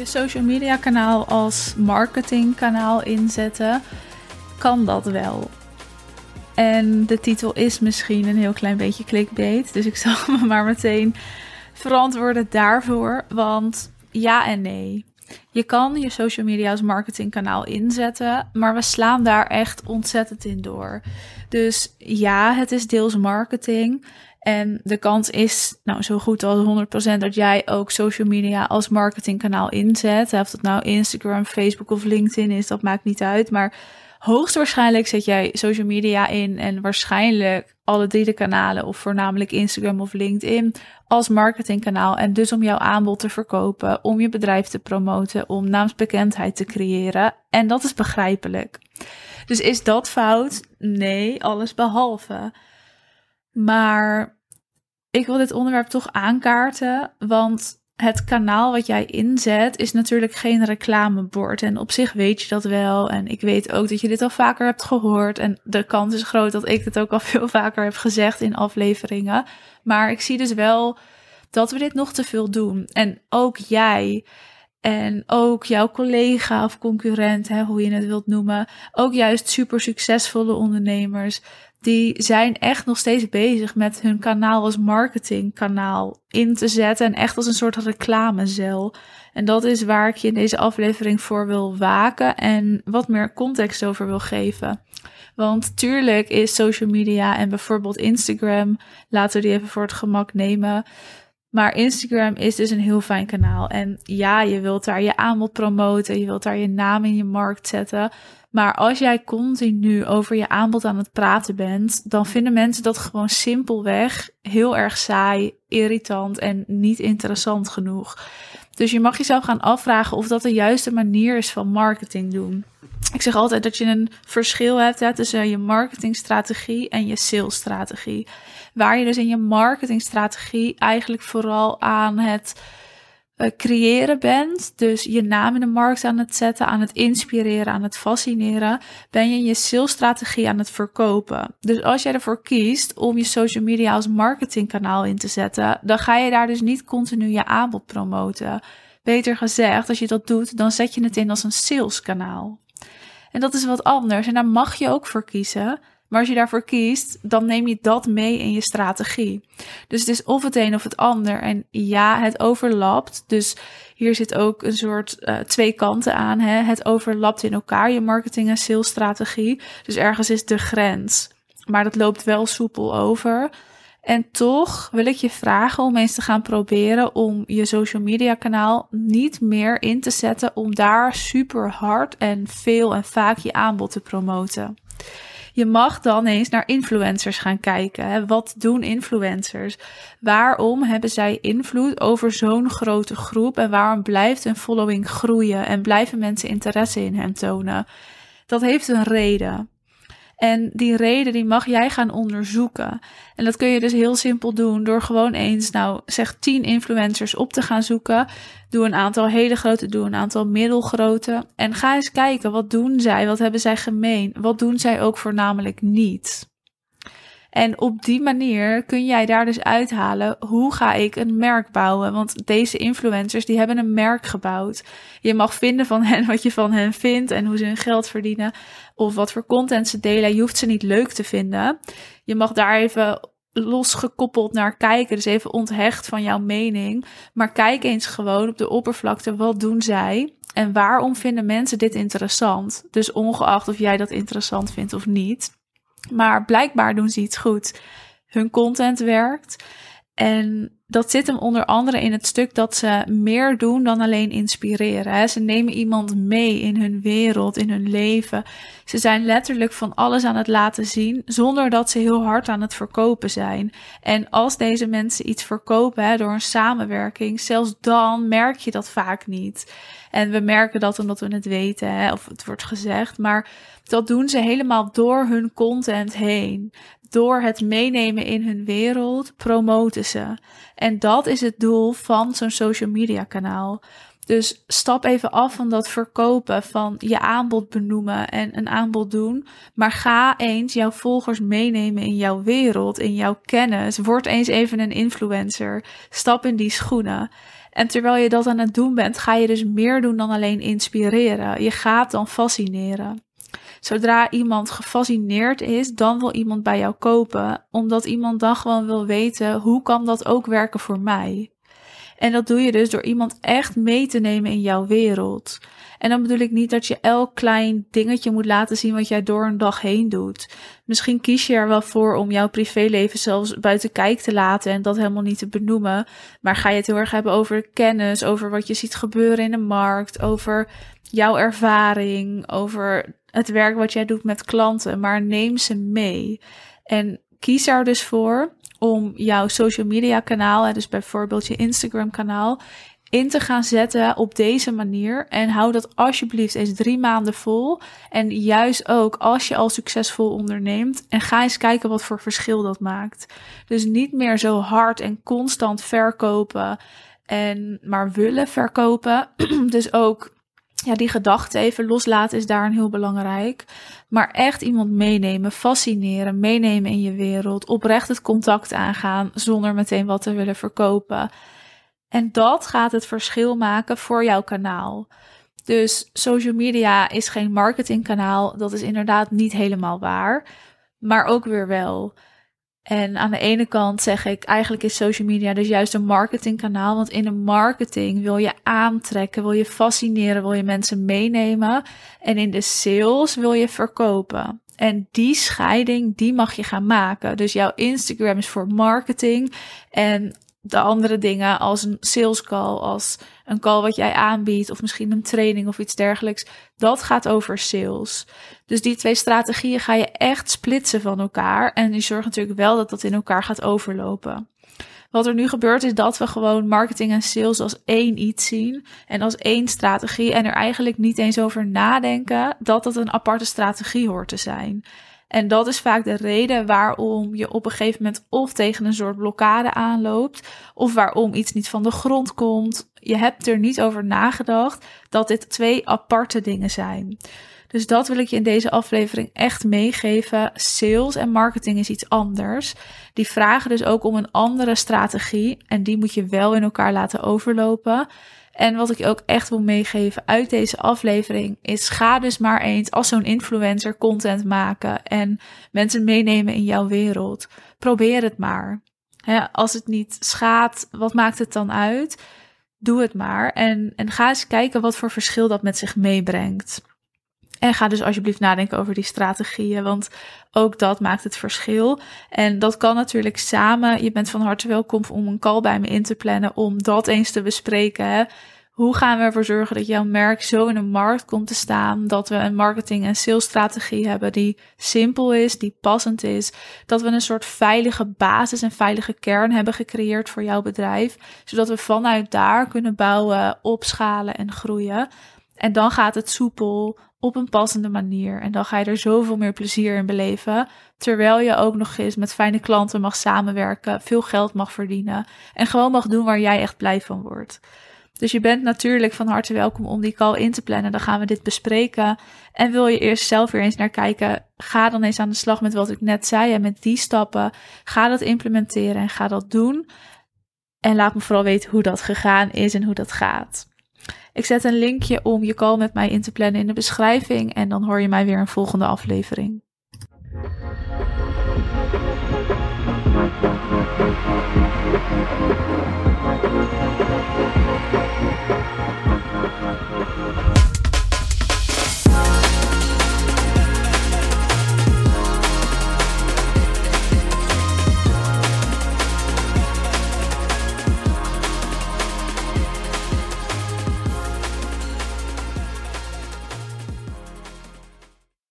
social media kanaal als marketingkanaal inzetten, kan dat wel. En de titel is misschien een heel klein beetje clickbait, dus ik zal me maar meteen verantwoorden daarvoor, want ja en nee. Je kan je social media als marketingkanaal inzetten, maar we slaan daar echt ontzettend in door. Dus ja, het is deels marketing. En de kans is zo goed als 100% dat jij ook social media als marketingkanaal inzet. Of dat nou Instagram, Facebook of LinkedIn is, dat maakt niet uit. Maar hoogstwaarschijnlijk zet jij social media in en waarschijnlijk alle 3 de kanalen, of voornamelijk Instagram of LinkedIn, als marketingkanaal. En dus om jouw aanbod te verkopen, om je bedrijf te promoten, om naamsbekendheid te creëren. En dat is begrijpelijk. Dus is dat fout? Nee, alles behalve. Maar ik wil dit onderwerp toch aankaarten, want het kanaal wat jij inzet is natuurlijk geen reclamebord. En op zich weet je dat wel. En ik weet ook dat je dit al vaker hebt gehoord. En de kans is groot dat ik het ook al veel vaker heb gezegd in afleveringen. Maar ik zie dus wel dat we dit nog te veel doen. En ook jij en ook jouw collega of concurrent, hoe je het wilt noemen. Ook juist super succesvolle ondernemers. Die zijn echt nog steeds bezig met hun kanaal als marketingkanaal in te zetten. En echt als een soort reclamecel. En dat is waar ik je in deze aflevering voor wil waken. En wat meer context over wil geven. Want tuurlijk is social media en bijvoorbeeld Instagram. Laten we die even voor het gemak nemen. Maar Instagram is dus een heel fijn kanaal. En ja, je wilt daar je aanbod promoten. Je wilt daar je naam in je markt zetten. Maar als jij continu over je aanbod aan het praten bent, dan vinden mensen dat gewoon simpelweg heel erg saai, irritant en niet interessant genoeg. Dus je mag jezelf gaan afvragen of dat de juiste manier is van marketing doen. Ik zeg altijd dat je een verschil hebt tussen je marketingstrategie en je salesstrategie. Waar je dus in je marketingstrategie eigenlijk vooral aan het creëren bent, dus je naam in de markt aan het zetten, aan het inspireren, aan het fascineren, ben je je salesstrategie aan het verkopen. Dus als jij ervoor kiest om je social media als marketingkanaal in te zetten, dan ga je daar dus niet continu je aanbod promoten. Beter gezegd, als je dat doet, dan zet je het in als een saleskanaal. En dat is wat anders en daar mag je ook voor kiezen. Maar als je daarvoor kiest, dan neem je dat mee in je strategie. Dus het is of het een of het ander. En ja, het overlapt. Dus hier zit ook een soort 2 kanten aan. Het overlapt in elkaar, je marketing- en salesstrategie. Dus ergens is de grens. Maar dat loopt wel soepel over. En toch wil ik je vragen om eens te gaan proberen om je social media kanaal niet meer in te zetten om daar super hard en veel en vaak je aanbod te promoten. Je mag dan eens naar influencers gaan kijken. Wat doen influencers? Waarom hebben zij invloed over zo'n grote groep? En waarom blijft hun following groeien? En blijven mensen interesse in hen tonen? Dat heeft een reden. En die reden die mag jij gaan onderzoeken. En dat kun je dus heel simpel doen door gewoon eens, zeg 10 influencers op te gaan zoeken. Doe een aantal hele grote, doe een aantal middelgrote. En ga eens kijken, wat doen zij? Wat hebben zij gemeen? Wat doen zij ook voornamelijk niet? En op die manier kun jij daar dus uithalen, hoe ga ik een merk bouwen? Want deze influencers, die hebben een merk gebouwd. Je mag vinden van hen wat je van hen vindt en hoe ze hun geld verdienen. Of wat voor content ze delen. Je hoeft ze niet leuk te vinden. Je mag daar even losgekoppeld naar kijken. Dus even onthecht van jouw mening. Maar kijk eens gewoon op de oppervlakte, wat doen zij? En waarom vinden mensen dit interessant? Dus ongeacht of jij dat interessant vindt of niet. Maar blijkbaar doen ze iets goed. Hun content werkt. En dat zit hem onder andere in het stuk dat ze meer doen dan alleen inspireren. Ze nemen iemand mee in hun wereld, in hun leven. Ze zijn letterlijk van alles aan het laten zien, zonder dat ze heel hard aan het verkopen zijn. En als deze mensen iets verkopen door een samenwerking, zelfs dan merk je dat vaak niet. En we merken dat omdat we het weten, of het wordt gezegd. Maar dat doen ze helemaal door hun content heen. Door het meenemen in hun wereld, promoten ze. En dat is het doel van zo'n social media kanaal. Dus stap even af van dat verkopen, van je aanbod benoemen en een aanbod doen. Maar ga eens jouw volgers meenemen in jouw wereld, in jouw kennis. Word eens even een influencer. Stap in die schoenen. En terwijl je dat aan het doen bent, ga je dus meer doen dan alleen inspireren. Je gaat dan fascineren. Zodra iemand gefascineerd is, dan wil iemand bij jou kopen. Omdat iemand dan gewoon wil weten, hoe kan dat ook werken voor mij? En dat doe je dus door iemand echt mee te nemen in jouw wereld. En dan bedoel ik niet dat je elk klein dingetje moet laten zien wat jij door een dag heen doet. Misschien kies je er wel voor om jouw privéleven zelfs buiten kijf te laten en dat helemaal niet te benoemen. Maar ga je het heel erg hebben over kennis, over wat je ziet gebeuren in de markt, over jouw ervaring, over het werk wat jij doet met klanten. Maar neem ze mee. En kies er dus voor om jouw social media kanaal, dus bijvoorbeeld je Instagram kanaal, in te gaan zetten op deze manier. En hou dat alsjeblieft eens 3 maanden vol. En juist ook als je al succesvol onderneemt. En ga eens kijken wat voor verschil dat maakt. Dus niet meer zo hard en constant verkopen. En maar willen verkopen. Dus ook die gedachte even loslaten is daarin heel belangrijk. Maar echt iemand meenemen, fascineren, meenemen in je wereld. Oprecht het contact aangaan zonder meteen wat te willen verkopen. En dat gaat het verschil maken voor jouw kanaal. Dus social media is geen marketingkanaal. Dat is inderdaad niet helemaal waar. Maar ook weer wel. En aan de ene kant zeg ik, eigenlijk is social media dus juist een marketingkanaal. Want in de marketing wil je aantrekken, wil je fascineren, wil je mensen meenemen. En in de sales wil je verkopen. En die scheiding, die mag je gaan maken. Dus jouw Instagram is voor marketing en de andere dingen als een sales call, als een call wat jij aanbiedt of misschien een training of iets dergelijks, dat gaat over sales. Dus die 2 strategieën ga je echt splitsen van elkaar en je zorgt natuurlijk wel dat dat in elkaar gaat overlopen. Wat er nu gebeurt is dat we gewoon marketing en sales als één iets zien en als één strategie en er eigenlijk niet eens over nadenken dat het een aparte strategie hoort te zijn. En dat is vaak de reden waarom je op een gegeven moment of tegen een soort blokkade aanloopt, of waarom iets niet van de grond komt. Je hebt er niet over nagedacht dat dit 2 aparte dingen zijn. Dus dat wil ik je in deze aflevering echt meegeven. Sales en marketing is iets anders. Die vragen dus ook om een andere strategie en die moet je wel in elkaar laten overlopen. En wat ik je ook echt wil meegeven uit deze aflevering is, ga dus maar eens als zo'n influencer content maken en mensen meenemen in jouw wereld. Probeer het maar. Als het niet schaadt, wat maakt het dan uit? Doe het maar en ga eens kijken wat voor verschil dat met zich meebrengt. En ga dus alsjeblieft nadenken over die strategieën, want ook dat maakt het verschil. En dat kan natuurlijk samen. Je bent van harte welkom om een call bij me in te plannen om dat eens te bespreken. Hè? Hoe gaan we ervoor zorgen dat jouw merk zo in een markt komt te staan, dat we een marketing- en salesstrategie hebben die simpel is, die passend is, dat we een soort veilige basis en veilige kern hebben gecreëerd voor jouw bedrijf, zodat we vanuit daar kunnen bouwen, opschalen en groeien. En dan gaat het soepel op een passende manier. En dan ga je er zoveel meer plezier in beleven. Terwijl je ook nog eens met fijne klanten mag samenwerken, veel geld mag verdienen en gewoon mag doen waar jij echt blij van wordt. Dus je bent natuurlijk van harte welkom om die call in te plannen. Dan gaan we dit bespreken. En wil je eerst zelf weer eens naar kijken, ga dan eens aan de slag met wat ik net zei en met die stappen. Ga dat implementeren en ga dat doen. En laat me vooral weten hoe dat gegaan is en hoe dat gaat. Ik zet een linkje om je call met mij in te plannen in de beschrijving en dan hoor je mij weer een volgende aflevering.